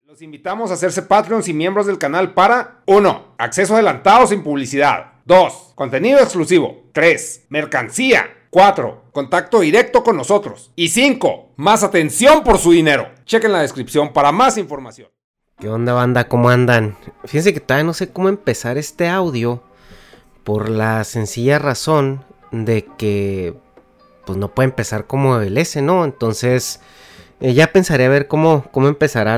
Los invitamos a hacerse Patreons y miembros del canal para 1. Acceso adelantado sin publicidad. 2. Contenido exclusivo. 3. Mercancía. 4. Contacto directo con nosotros. Y 5. Más atención por su dinero. Chequen la descripción para más información. ¿Qué onda, banda? ¿Cómo andan? Fíjense que todavía no sé cómo empezar este audio por la sencilla razón de que pues no puede empezar como el S, ¿no? Entonces ya pensaré a ver cómo empezará.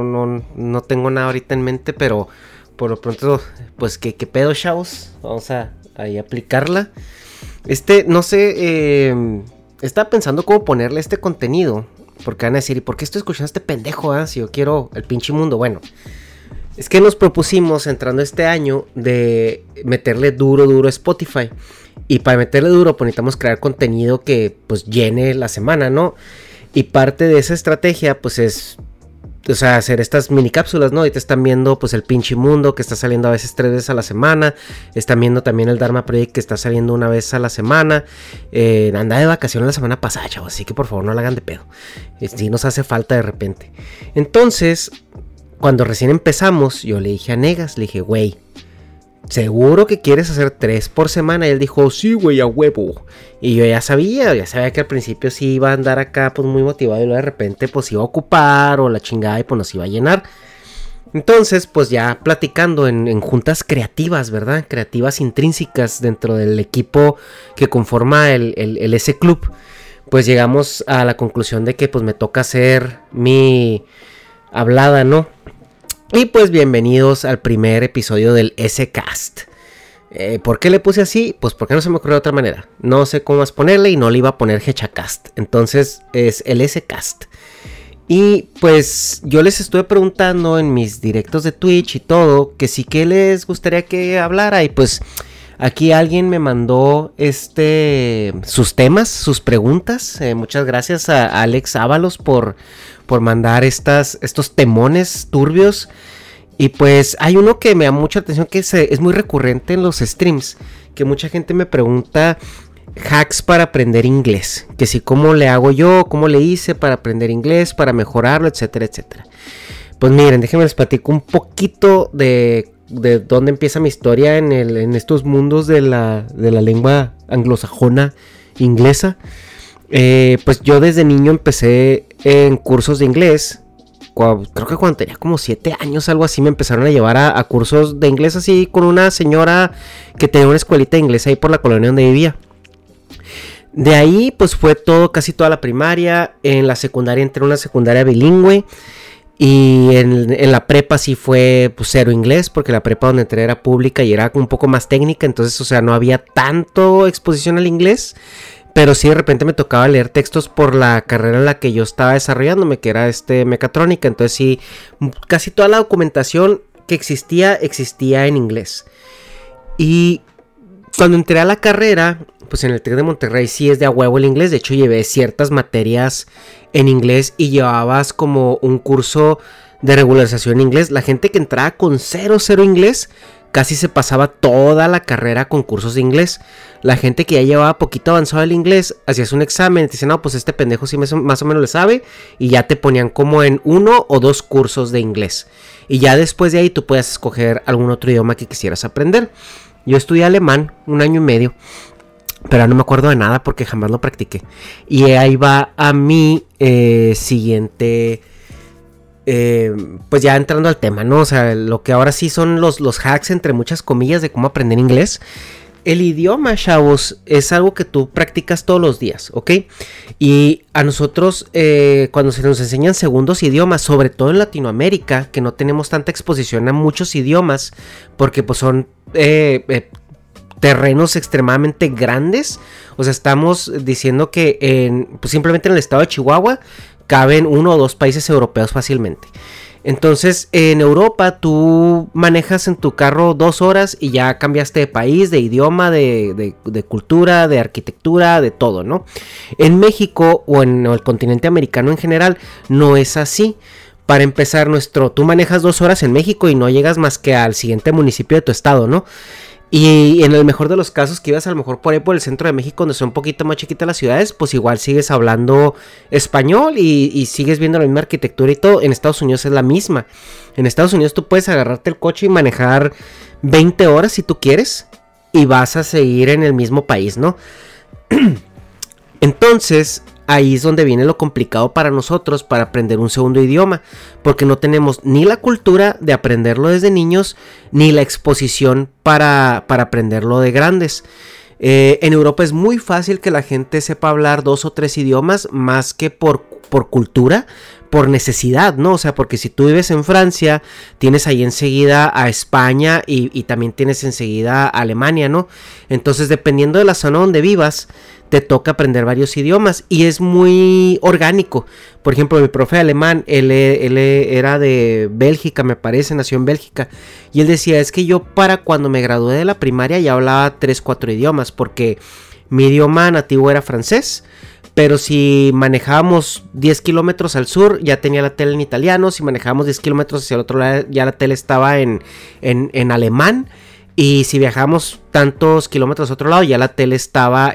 No tengo nada ahorita en mente, pero por lo pronto, pues ¿qué pedo, chavos? Vamos a ahí aplicarla. No sé, estaba pensando cómo ponerle este contenido, porque van a decir, ¿y por qué estoy escuchando a este pendejo, si yo quiero el pinche mundo? Bueno, es que nos propusimos entrando este año de meterle duro a Spotify. Y para meterle duro, pues necesitamos crear contenido que pues llene la semana, ¿no? Y parte de esa estrategia, pues es, o sea, hacer estas mini cápsulas, ¿no? Ahorita están viendo, pues, el pinche mundo que está saliendo a veces 3 veces a la semana. Están viendo también el Dharma Project que está saliendo una vez a la semana. Anda de vacaciones la semana pasada, chavos, así que por favor no la hagan de pedo. Sí nos hace falta de repente. Entonces, cuando recién empezamos, yo le dije a Negas, le dije, güey, ¿seguro que quieres hacer 3 por semana? Y él dijo, sí, güey, a huevo. Y yo ya sabía que al principio sí iba a andar acá pues muy motivado y luego de repente pues iba a ocupar o la chingada y pues nos iba a llenar. Entonces pues ya platicando en juntas creativas, ¿verdad? Creativas intrínsecas dentro del equipo que conforma el S-Club, pues llegamos a la conclusión de que pues me toca hacer mi hablada, ¿no? Y pues bienvenidos al primer episodio del S-Cast. ¿Por qué le puse así? Pues porque no se me ocurrió de otra manera. No sé cómo más ponerle y no le iba a poner Hechacast. Entonces es el S-Cast. Y pues yo les estuve preguntando en mis directos de Twitch y todo que sí que les gustaría que hablara. Y pues aquí alguien me mandó sus temas, sus preguntas. Muchas gracias a Alex Ábalos por mandar estos temones turbios. Y pues hay uno que me da mucha atención, que es muy recurrente en los streams, que mucha gente me pregunta hacks para aprender inglés, que si cómo le hago yo, cómo le hice para aprender inglés, para mejorarlo, etcétera, etcétera. Pues miren, déjenme les platico un poquito de dónde empieza mi historia en estos mundos de la lengua anglosajona inglesa. Pues yo desde niño empecé en cursos de inglés. Creo que cuando tenía como 7 años, algo así, me empezaron a llevar a cursos de inglés así con una señora que tenía una escuelita de inglés ahí por la colonia donde vivía. De ahí pues fue casi toda la primaria. En la secundaria entré en una secundaria bilingüe. Y en la prepa sí fue pues cero inglés, porque la prepa donde entré era pública y era un poco más técnica. Entonces, o sea, no había tanto exposición al inglés. Pero sí de repente me tocaba leer textos por la carrera en la que yo estaba desarrollándome, que era mecatrónica. Entonces sí, casi toda la documentación que existía en inglés. Y cuando entré a la carrera, pues en el TEC de Monterrey sí es de a huevo el inglés. De hecho llevé ciertas materias en inglés y llevabas como un curso de regularización en inglés. La gente que entraba con 0 inglés casi se pasaba toda la carrera con cursos de inglés. La gente que ya llevaba poquito avanzado el inglés, hacías un examen y te decían, no, pues este pendejo sí más o menos le sabe. Y ya te ponían como en 1 o 2 cursos de inglés. Y ya después de ahí tú podías escoger algún otro idioma que quisieras aprender. Yo estudié alemán 1 año y medio. Pero no me acuerdo de nada porque jamás lo practiqué. Y ahí va a mi siguiente... pues ya entrando al tema, ¿no? O sea, lo que ahora sí son los hacks, entre muchas comillas, de cómo aprender inglés. El idioma, chavos, es algo que tú practicas todos los días, ¿ok? Y a nosotros, cuando se nos enseñan segundos idiomas, sobre todo en Latinoamérica, que no tenemos tanta exposición a muchos idiomas, porque pues son terrenos extremadamente grandes. O sea, estamos diciendo que pues simplemente en el estado de Chihuahua caben 1 o 2 países europeos fácilmente. Entonces en Europa tú manejas en tu carro 2 horas y ya cambiaste de país, de idioma, de cultura, de arquitectura, de todo, ¿no? En México o en el continente americano en general no es así. Para empezar, tú manejas 2 horas en México y no llegas más que al siguiente municipio de tu estado, ¿no? Y en el mejor de los casos que ibas a lo mejor por ahí por el centro de México, donde son un poquito más chiquitas las ciudades, pues igual sigues hablando español y sigues viendo la misma arquitectura y todo. En Estados Unidos es la misma. En Estados Unidos tú puedes agarrarte el coche y manejar 20 horas si tú quieres y vas a seguir en el mismo país, ¿no? Entonces, ahí es donde viene lo complicado para nosotros para aprender un segundo idioma, porque no tenemos ni la cultura de aprenderlo desde niños, ni la exposición para aprenderlo de grandes. En Europa es muy fácil que la gente sepa hablar 2 o 3 idiomas, más que por cultura, por necesidad, ¿no? O sea, porque si tú vives en Francia, tienes ahí enseguida a España y también tienes enseguida a Alemania, ¿no? Entonces, dependiendo de la zona donde vivas, te toca aprender varios idiomas y es muy orgánico. Por ejemplo, mi profe de alemán, él era de Bélgica, me parece, nació en Bélgica. Y él decía, es que yo para cuando me gradué de la primaria ya hablaba 3, 4 idiomas, porque mi idioma nativo era francés. Pero si manejábamos 10 kilómetros al sur, ya tenía la tele en italiano. Si manejábamos 10 kilómetros hacia el otro lado, ya la tele estaba en alemán. Y si viajábamos tantos kilómetros a otro lado, ya la tele estaba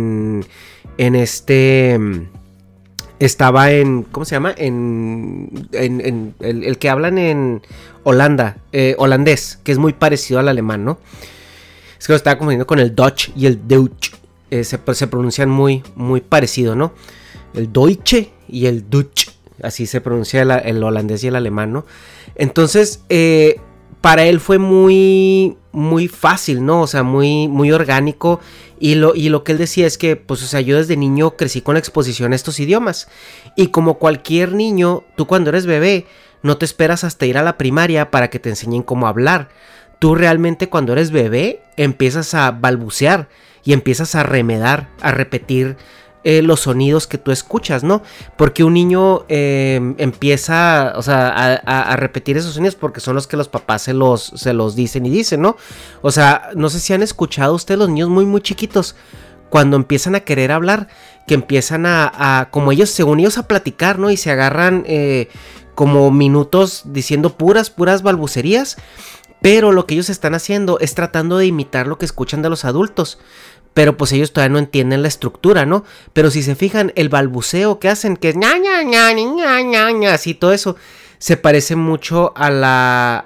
estaba en, ¿cómo se llama? En el que hablan en Holanda, holandés, que es muy parecido al alemán, ¿no? Es que lo estaba confundiendo con el Dutch y el Deutsch. Se pronuncian muy, muy parecido, ¿no? El Deutsche y el Dutch. Así se pronuncia el holandés y el alemán, ¿no? Entonces, para él fue muy, muy fácil, ¿no? O sea, muy, muy orgánico. Y lo que él decía es que, pues, o sea, yo desde niño crecí con la exposición a estos idiomas. Y como cualquier niño, tú cuando eres bebé, no te esperas hasta ir a la primaria para que te enseñen cómo hablar. Tú realmente cuando eres bebé empiezas a balbucear y empiezas a remedar, a repetir los sonidos que tú escuchas, ¿no? Porque un niño empieza, o sea, a repetir esos sonidos porque son los que los papás se los dicen y dicen, ¿no? O sea, no sé si han escuchado ustedes los niños muy, muy chiquitos, cuando empiezan a querer hablar, que empiezan como ellos, según ellos, a platicar, ¿no? Y se agarran como minutos diciendo puras balbucerías. Pero lo que ellos están haciendo es tratando de imitar lo que escuchan de los adultos. Pero pues ellos todavía no entienden la estructura, ¿no? Pero si se fijan, el balbuceo que hacen, que es ña, ña, ña, ña, ña, ña, así todo eso, se parece mucho a la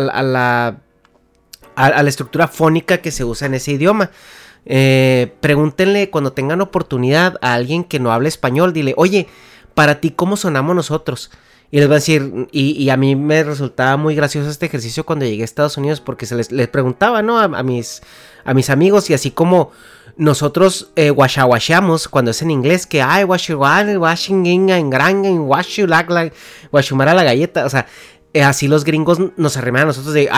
estructura fónica que se usa en ese idioma. Pregúntenle cuando tengan oportunidad a alguien que no hable español, dile, oye, para ti, ¿cómo sonamos nosotros? Y les va a decir, y a mí me resultaba muy gracioso este ejercicio cuando llegué a Estados Unidos, porque les preguntaba, ¿no? A mis amigos, y así como nosotros guachamos cuando es en inglés, que ay, guachumara la galleta, o sea, así los gringos nos arriman a nosotros de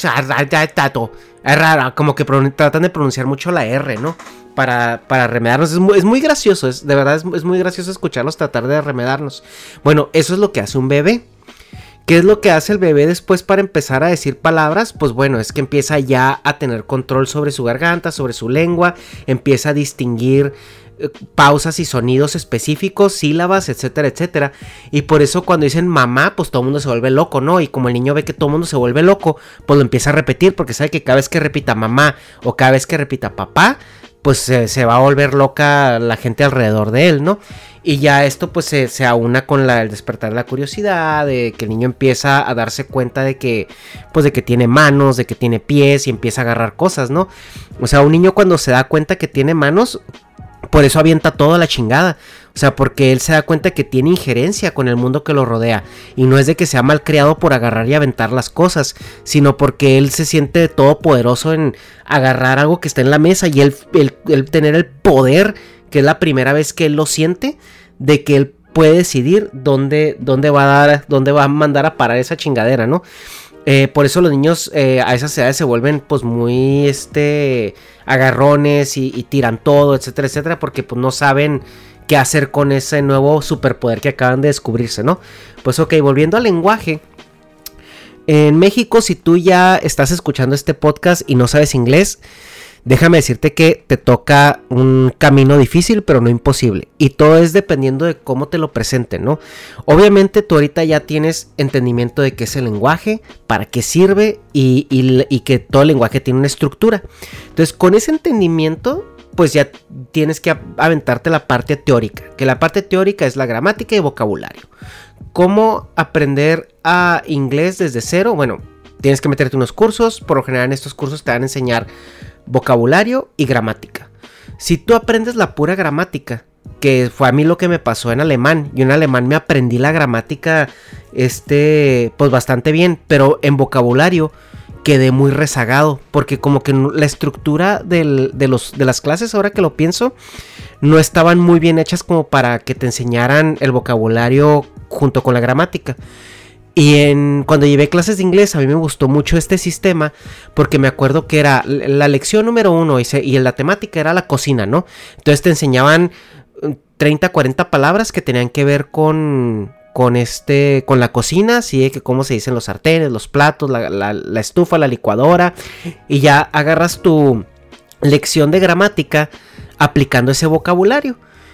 como que tratan de pronunciar mucho la R, ¿no? Para remedarnos. Es muy gracioso, de verdad es muy gracioso escucharlos tratar de remedarnos. Bueno, eso es lo que hace un bebé. ¿Qué es lo que hace el bebé después para empezar a decir palabras? Pues bueno, es que empieza ya a tener control sobre su garganta, sobre su lengua, empieza a distinguir pausas y sonidos específicos, sílabas, etcétera, etcétera. Y por eso cuando dicen mamá, pues todo el mundo se vuelve loco, ¿no? Y como el niño ve que todo el mundo se vuelve loco, pues lo empieza a repetir, porque sabe que cada vez que repita mamá o cada vez que repita papá, pues se va a volver loca la gente alrededor de él, ¿no? Y ya esto pues se aúna con el despertar de la curiosidad, de que el niño empieza a darse cuenta de que tiene manos, de que tiene pies y empieza a agarrar cosas, ¿no? O sea, un niño cuando se da cuenta que tiene manos, por eso avienta todo a la chingada. O sea, porque él se da cuenta que tiene injerencia con el mundo que lo rodea. Y no es de que sea malcriado por agarrar y aventar las cosas, sino porque él se siente todopoderoso en agarrar algo que está en la mesa y él tener el poder, que es la primera vez que él lo siente, de que él puede decidir dónde va a mandar a parar esa chingadera, ¿no? Por eso los niños a esas edades se vuelven pues muy agarrones y tiran todo, etcétera, etcétera, porque pues no saben qué hacer con ese nuevo superpoder que acaban de descubrirse, ¿no? Pues ok, volviendo al lenguaje. En México, si tú ya estás escuchando este podcast y no sabes inglés, déjame decirte que te toca un camino difícil, pero no imposible. Y todo es dependiendo de cómo te lo presenten, ¿no? Obviamente tú ahorita ya tienes entendimiento de qué es el lenguaje, para qué sirve y que todo el lenguaje tiene una estructura. Entonces, con ese entendimiento, pues ya tienes que aventarte la parte teórica. Que la parte teórica es la gramática y vocabulario. ¿Cómo aprender a inglés desde cero? Bueno, tienes que meterte unos cursos. Por lo general en estos cursos te van a enseñar vocabulario y gramática. Si tú aprendes la pura gramática, que fue a mí lo que me pasó en alemán. Yo en alemán me aprendí la gramática pues bastante bien, pero en vocabulario quedé muy rezagado, porque como que la estructura de las clases, ahora que lo pienso, no estaban muy bien hechas como para que te enseñaran el vocabulario junto con la gramática. Y cuando llevé clases de inglés, a mí me gustó mucho este sistema, porque me acuerdo que era la lección número 1 y la temática era la cocina, ¿no? Entonces te enseñaban 30, 40 palabras que tenían que ver con la cocina, así que cómo se dicen los sartenes, los platos, la estufa, la licuadora, y ya agarras tu lección de gramática aplicando ese vocabulario.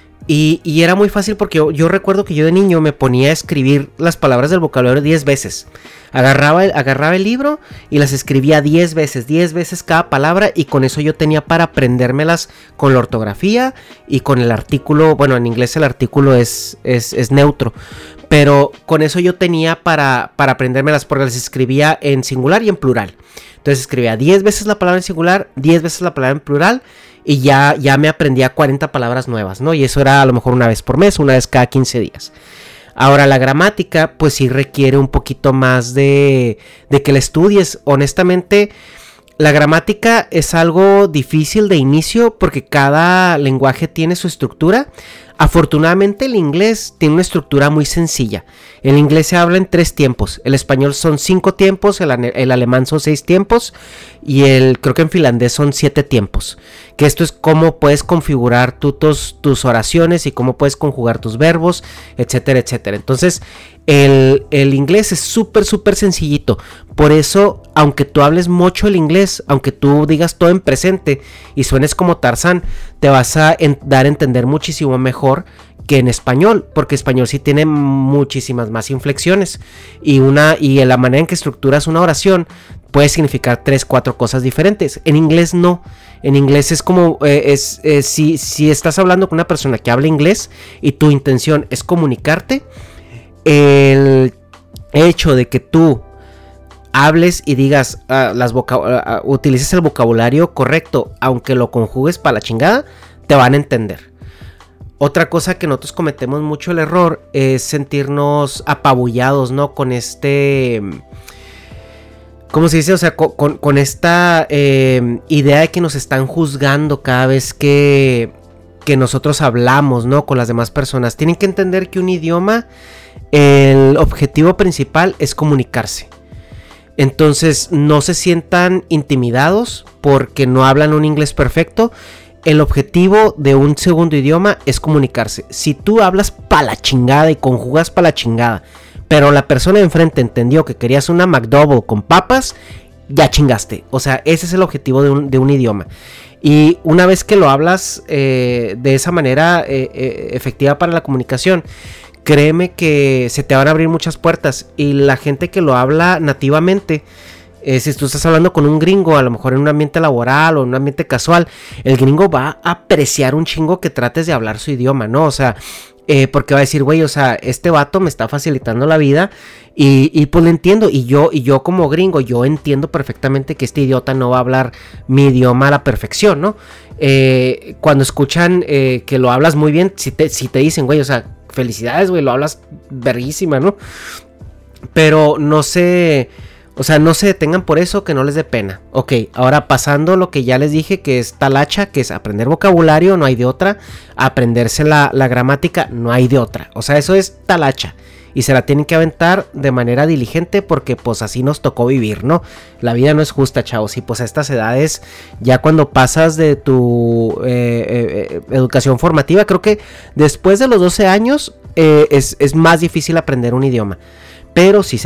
Y era muy fácil porque yo recuerdo que yo de niño me ponía a escribir las palabras del vocabulario 10 veces. Agarraba el libro y las escribía 10 veces cada palabra, y con eso yo tenía para aprendérmelas con la ortografía y con el artículo. Bueno, en inglés el artículo es neutro, pero con eso yo tenía para aprendérmelas, porque las escribía en singular y en plural. Entonces escribía 10 veces la palabra en singular, 10 veces la palabra en plural, y ya me aprendía 40 palabras nuevas, ¿no? Y eso era a lo mejor una vez por mes, una vez cada 15 días. Ahora, la gramática, pues sí requiere un poquito más de que la estudies. Honestamente, la gramática es algo difícil de inicio porque cada lenguaje tiene su estructura. Afortunadamente el inglés tiene una estructura muy sencilla. El inglés se habla en 3 tiempos. El español son 5 tiempos, el alemán son 6 tiempos y creo que en finlandés son 7 tiempos. Que esto es cómo puedes configurar tus oraciones y cómo puedes conjugar tus verbos, etcétera, etcétera. Entonces el inglés es súper sencillito. Por eso, aunque tú hables mucho el inglés, aunque tú digas todo en presente y suenes como Tarzán, te vas a dar a entender muchísimo mejor que en español, porque español sí tiene muchísimas más inflexiones y en la manera en que estructuras una oración puede significar 3-4 cosas diferentes. En inglés no. En inglés es como si estás hablando con una persona que habla inglés y tu intención es comunicarte, el hecho de que tú hables y digas utilices el vocabulario correcto, aunque lo conjugues para la chingada, te van a entender. Otra cosa que nosotros cometemos mucho el error es sentirnos apabullados, ¿no? Con ¿cómo se dice? O sea, con esta idea de que nos están juzgando cada vez que nosotros hablamos, ¿no? Con las demás personas. Tienen que entender que un idioma, el objetivo principal es comunicarse. Entonces, no se sientan intimidados porque no hablan un inglés perfecto. El objetivo de un segundo idioma es comunicarse. Si tú hablas pa' la chingada y conjugas pa' la chingada, pero la persona de enfrente entendió que querías una McDouble con papas, ya chingaste. O sea, ese es el objetivo de un idioma. Y una vez que lo hablas de esa manera efectiva para la comunicación, créeme que se te van a abrir muchas puertas. Y la gente que lo habla nativamente, si tú estás hablando con un gringo, a lo mejor en un ambiente laboral o en un ambiente casual, el gringo va a apreciar un chingo que trates de hablar su idioma, ¿no? O sea, porque va a decir, güey, o sea, este vato me está facilitando la vida y pues lo entiendo. Y yo como gringo, yo entiendo perfectamente que este idiota no va a hablar mi idioma a la perfección, ¿no? Cuando escuchan que lo hablas muy bien, si te dicen, güey, o sea, felicidades, güey, lo hablas verguísima, ¿no? Pero no se detengan por eso, que no les dé pena. Ok, ahora pasando lo que ya les dije, que es talacha, que es aprender vocabulario, no hay de otra. Aprenderse la gramática, no hay de otra. O sea, eso es talacha. Y se la tienen que aventar de manera diligente porque pues así nos tocó vivir, ¿no? La vida no es justa, chavos. Y pues a estas edades, ya cuando pasas de tu educación formativa, creo que después de los 12 años es más difícil aprender un idioma. Pero sí se puede.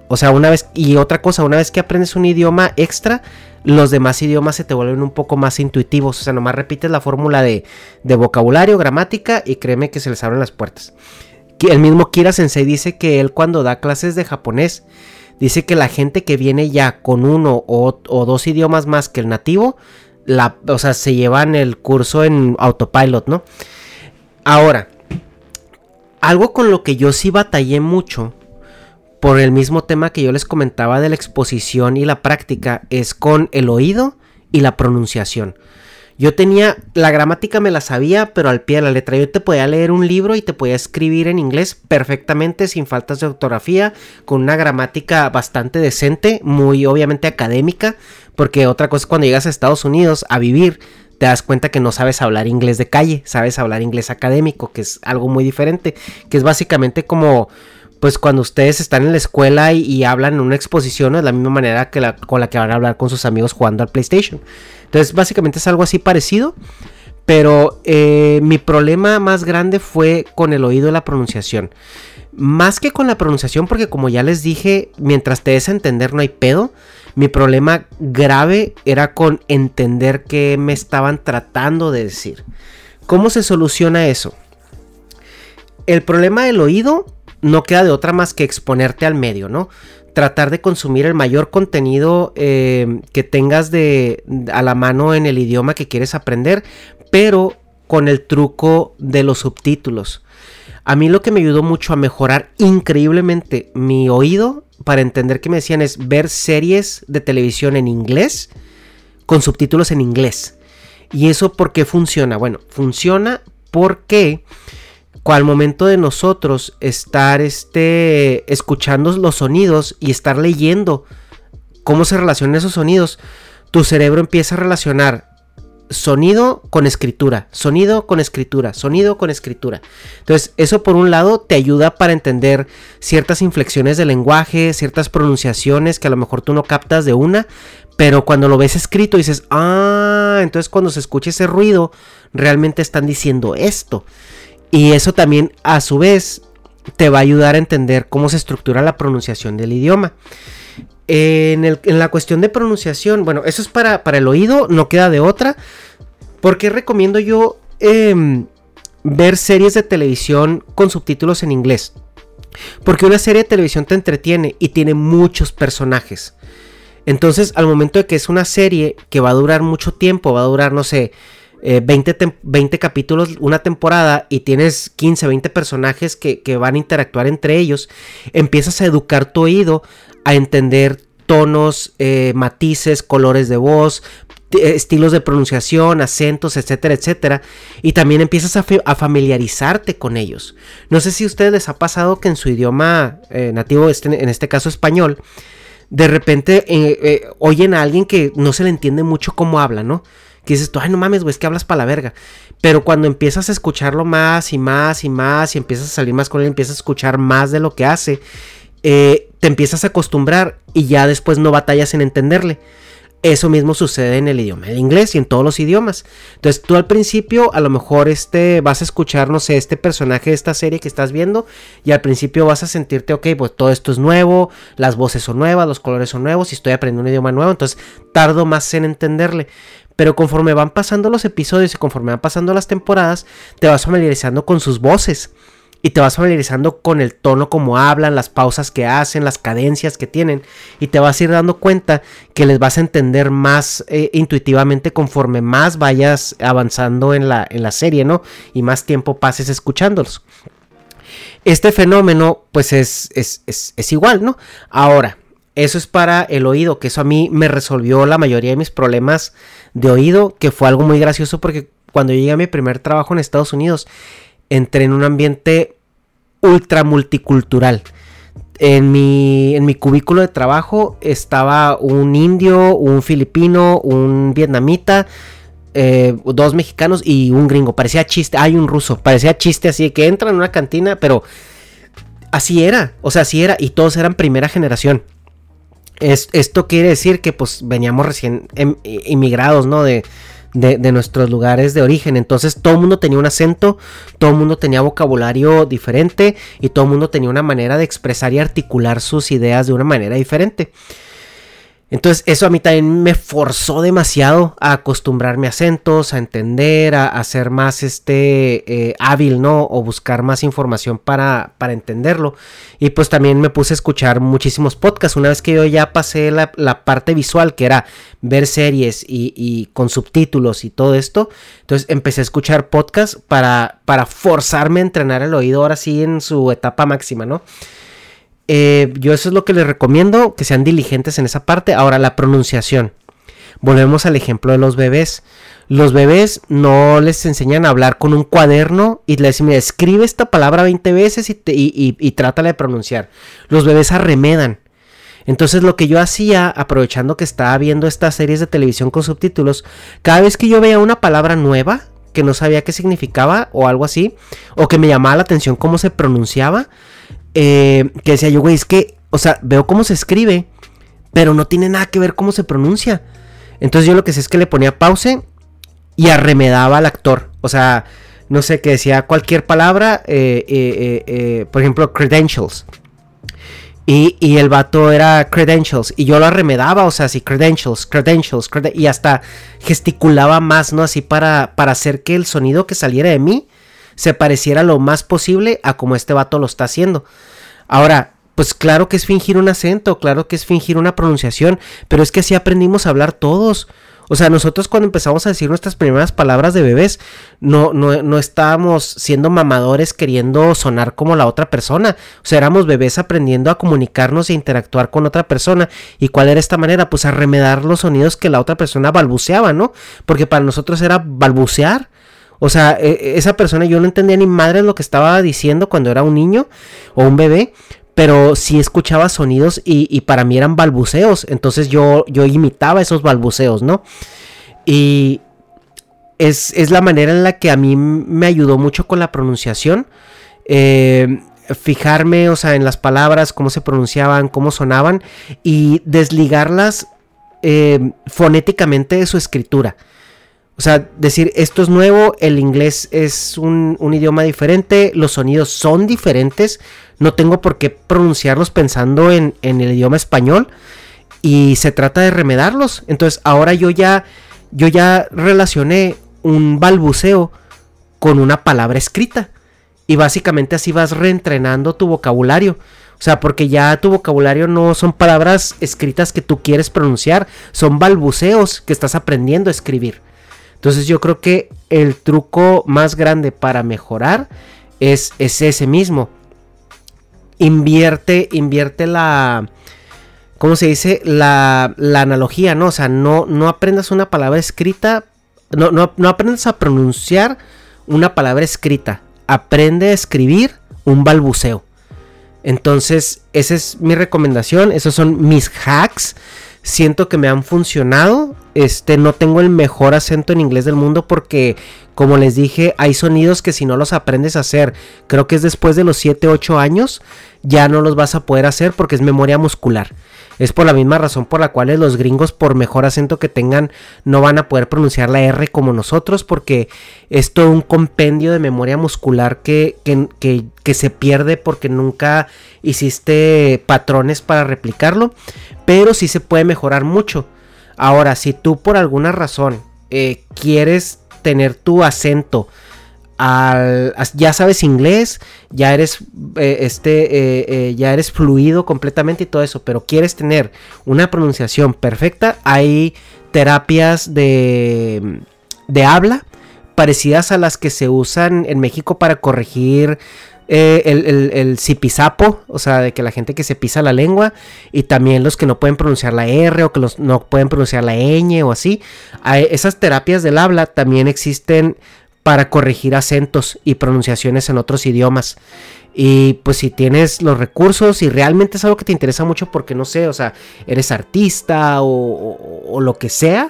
O sea, una vez que aprendes un idioma extra, los demás idiomas se te vuelven un poco más intuitivos. O sea, nomás repites la fórmula de vocabulario, gramática, y créeme que se les abren las puertas. El mismo Kira Sensei dice que él, cuando da clases de japonés, dice que la gente que viene ya con uno o dos idiomas más que el nativo, o sea, se llevan el curso en autopilot, ¿no? Ahora, algo con lo que yo sí batallé mucho, por el mismo tema que yo les comentaba de la exposición y la práctica, es con el oído y la pronunciación. Yo tenía, la gramática me la sabía, pero al pie de la letra. Yo te podía leer un libro y te podía escribir en inglés perfectamente, sin faltas de ortografía, con una gramática bastante decente, muy obviamente académica, porque otra cosa es cuando llegas a Estados Unidos a vivir, te das cuenta que no sabes hablar inglés de calle, sabes hablar inglés académico, que es algo muy diferente, que es básicamente como, pues cuando ustedes están en la escuela y hablan en una exposición, no es la misma manera que con la que van a hablar con sus amigos jugando al PlayStation. Entonces básicamente es algo así parecido, pero mi problema más grande fue con el oído y la pronunciación. Más que con la pronunciación, porque como ya les dije, mientras te des a entender no hay pedo. Mi problema grave era con entender qué me estaban tratando de decir. ¿Cómo se soluciona eso? El problema del oído no queda de otra más que exponerte al medio, ¿no? Tratar de consumir el mayor contenido que tengas a la mano en el idioma que quieres aprender, pero con el truco de los subtítulos. A mí lo que me ayudó mucho a mejorar increíblemente mi oído para entender qué me decían es ver series de televisión en inglés con subtítulos en inglés. ¿Y eso por qué funciona? Bueno, funciona porque al momento de nosotros estar escuchando los sonidos y estar leyendo cómo se relacionan esos sonidos, tu cerebro empieza a relacionar sonido con escritura, sonido con escritura, sonido con escritura. Entonces, eso por un lado te ayuda para entender ciertas inflexiones del lenguaje, ciertas pronunciaciones que a lo mejor tú no captas de una, pero cuando lo ves escrito dices, entonces cuando se escucha ese ruido, realmente están diciendo esto. Y eso también, a su vez, te va a ayudar a entender cómo se estructura la pronunciación del idioma. En la cuestión de pronunciación, bueno, eso es para el oído, no queda de otra. ¿Por qué recomiendo yo ver series de televisión con subtítulos en inglés? Porque una serie de televisión te entretiene y tiene muchos personajes. Entonces, al momento de que es una serie que va a durar mucho tiempo, va a durar, no sé, 20 capítulos, una temporada, y tienes 15, 20 personajes que van a interactuar entre ellos, empiezas a educar tu oído a entender tonos, matices, colores de voz, estilos de pronunciación, acentos, etcétera, etcétera, y también empiezas a familiarizarte con ellos. No sé si a ustedes les ha pasado que en su idioma nativo, en este caso español, de repente oyen a alguien que no se le entiende mucho cómo habla, ¿no? Que dices tú, ay, no mames, güey, es que hablas para la verga. Pero cuando empiezas a escucharlo más y más y más, y empiezas a salir más con él, empiezas a escuchar más de lo que hace, te empiezas a acostumbrar y ya después no batallas en entenderle. Eso mismo sucede en el idioma del inglés y en todos los idiomas. Entonces tú al principio a lo mejor vas a escuchar, no sé, este personaje de esta serie que estás viendo, y al principio vas a sentirte, ok, pues todo esto es nuevo, las voces son nuevas, los colores son nuevos, y estoy aprendiendo un idioma nuevo, entonces tardo más en entenderle. Pero conforme van pasando los episodios y conforme van pasando las temporadas, te vas familiarizando con sus voces. Y te vas familiarizando con el tono como hablan, las pausas que hacen, las cadencias que tienen. Y te vas a ir dando cuenta que les vas a entender más intuitivamente conforme más vayas avanzando en la serie, ¿no? Y más tiempo pases escuchándolos. Este fenómeno, pues es igual, ¿no? Ahora, eso es para el oído, que eso a mí me resolvió la mayoría de mis problemas de oído, que fue algo muy gracioso porque cuando yo llegué a mi primer trabajo en Estados Unidos, entré en un ambiente ultra multicultural. En mi cubículo de trabajo estaba un indio, un filipino, un vietnamita, 2 mexicanos y un gringo. Parecía chiste, hay un ruso, parecía chiste así que entran en una cantina, pero así era, o sea, así era, y todos eran primera generación. Esto quiere decir que pues veníamos recién inmigrados, ¿no? De de nuestros lugares de origen. Entonces todo el mundo tenía un acento, todo el mundo tenía vocabulario diferente y todo el mundo tenía una manera de expresar y articular sus ideas de una manera diferente. Entonces eso a mí también me forzó demasiado a acostumbrarme a acentos, a entender, a ser más hábil, ¿no? O buscar más información para entenderlo. Y pues también me puse a escuchar muchísimos podcasts. Una vez que yo ya pasé la parte visual, que era ver series y con subtítulos y todo esto, entonces empecé a escuchar podcasts para forzarme a entrenar el oído ahora sí en su etapa máxima, ¿no? Yo eso es lo que les recomiendo, que sean diligentes en esa parte. Ahora, la pronunciación. Volvemos al ejemplo de los bebés. Los bebés no les enseñan a hablar con un cuaderno y les dicen, mira, escribe esta palabra 20 veces y trátala de pronunciar. Los bebés arremedan. Entonces lo que yo hacía, aprovechando que estaba viendo estas series de televisión con subtítulos, cada vez que yo veía una palabra nueva que no sabía qué significaba o algo así, o que me llamaba la atención cómo se pronunciaba, que decía yo, güey, es que, o sea, veo cómo se escribe, pero no tiene nada que ver cómo se pronuncia. Entonces yo lo que sé es que le ponía pause y arremedaba al actor. O sea, no sé, que decía cualquier palabra, por ejemplo, credentials. Y el vato era credentials. Y yo lo arremedaba, o sea, así, credentials, y hasta gesticulaba más, ¿no? Así para hacer que el sonido que saliera de mí se pareciera lo más posible a como este vato lo está haciendo. Ahora, pues claro que es fingir un acento, claro que es fingir una pronunciación, pero es que así aprendimos a hablar todos. O sea, nosotros cuando empezamos a decir nuestras primeras palabras de bebés, no estábamos siendo mamadores queriendo sonar como la otra persona. O sea, éramos bebés aprendiendo a comunicarnos e interactuar con otra persona. ¿Y cuál era esta manera? Pues a remedar los sonidos que la otra persona balbuceaba, ¿no? Porque para nosotros era balbucear. O sea, esa persona, yo no entendía ni madre lo que estaba diciendo cuando era un niño o un bebé, pero sí escuchaba sonidos y para mí eran balbuceos. Entonces yo imitaba esos balbuceos, ¿no? Y es la manera en la que a mí me ayudó mucho con la pronunciación. Fijarme, o sea, en las palabras, cómo se pronunciaban, cómo sonaban y desligarlas fonéticamente de su escritura. O sea, decir, esto es nuevo, el inglés es un idioma diferente, los sonidos son diferentes, no tengo por qué pronunciarlos pensando en el idioma español y se trata de remedarlos. Entonces ahora yo ya relacioné un balbuceo con una palabra escrita y básicamente así vas reentrenando tu vocabulario. O sea, porque ya tu vocabulario no son palabras escritas que tú quieres pronunciar, son balbuceos que estás aprendiendo a escribir. Entonces yo creo que el truco más grande para mejorar es ese mismo. Invierte la... ¿Cómo se dice? La analogía, ¿no? O sea, no aprendas una palabra escrita. No aprendas a pronunciar una palabra escrita. Aprende a escribir un balbuceo. Entonces, esa es mi recomendación. Esos son mis hacks. Siento que me han funcionado. No tengo el mejor acento en inglés del mundo porque, como les dije, hay sonidos que si no los aprendes a hacer, creo que es después de los 7, 8 años, ya no los vas a poder hacer porque es memoria muscular. Es por la misma razón por la cual los gringos, por mejor acento que tengan, no van a poder pronunciar la R como nosotros, porque es todo un compendio de memoria muscular que se pierde porque nunca hiciste patrones para replicarlo, pero sí se puede mejorar mucho. Ahora, si tú por alguna razón quieres tener tu acento, ya sabes inglés, ya eres fluido completamente y todo eso, pero quieres tener una pronunciación perfecta, hay terapias de habla parecidas a las que se usan en México para corregir el zipizapo, o sea, de que la gente que se pisa la lengua, y también los que no pueden pronunciar la R o que no pueden pronunciar la ñ o así. Esas terapias del habla también existen para corregir acentos y pronunciaciones en otros idiomas. Y pues si tienes los recursos y realmente es algo que te interesa mucho porque no sé, o sea, eres artista o lo que sea,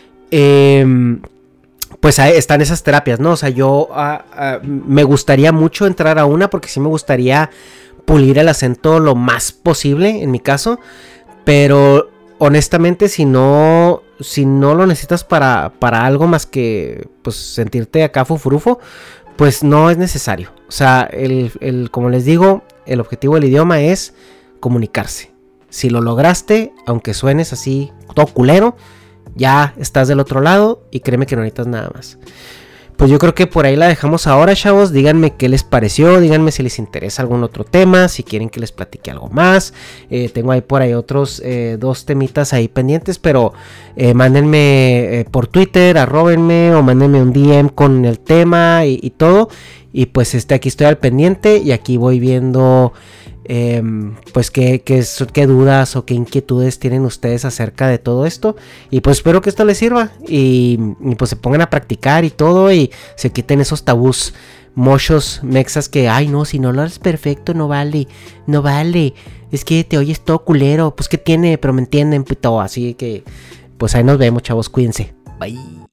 pues están esas terapias, ¿no? O sea, yo me gustaría mucho entrar a una porque sí me gustaría pulir el acento lo más posible en mi caso, pero honestamente, si no lo necesitas para algo más que pues sentirte acá fufurufo, pues no es necesario. O sea, como les digo, el objetivo del idioma es comunicarse. Si lo lograste, aunque suenes así todo culero, ya estás del otro lado y créeme que no necesitas nada más. Pues yo creo que por ahí la dejamos ahora, chavos. Díganme qué les pareció, díganme si les interesa algún otro tema, si quieren que les platique algo más. Tengo ahí por ahí otros 2 temitas ahí pendientes, pero mándenme por Twitter, arróbenme o mándenme un DM con el tema y todo. Y pues aquí estoy al pendiente y aquí voy viendo pues qué dudas o qué inquietudes tienen ustedes acerca de todo esto. Y pues espero que esto les sirva y pues se pongan a practicar y todo y se quiten esos tabús mochos mexas que, ay no, si no lo haces perfecto no vale, es que te oyes todo culero, pues que tiene, pero me entienden, puto. Así que pues ahí nos vemos, chavos, cuídense, bye.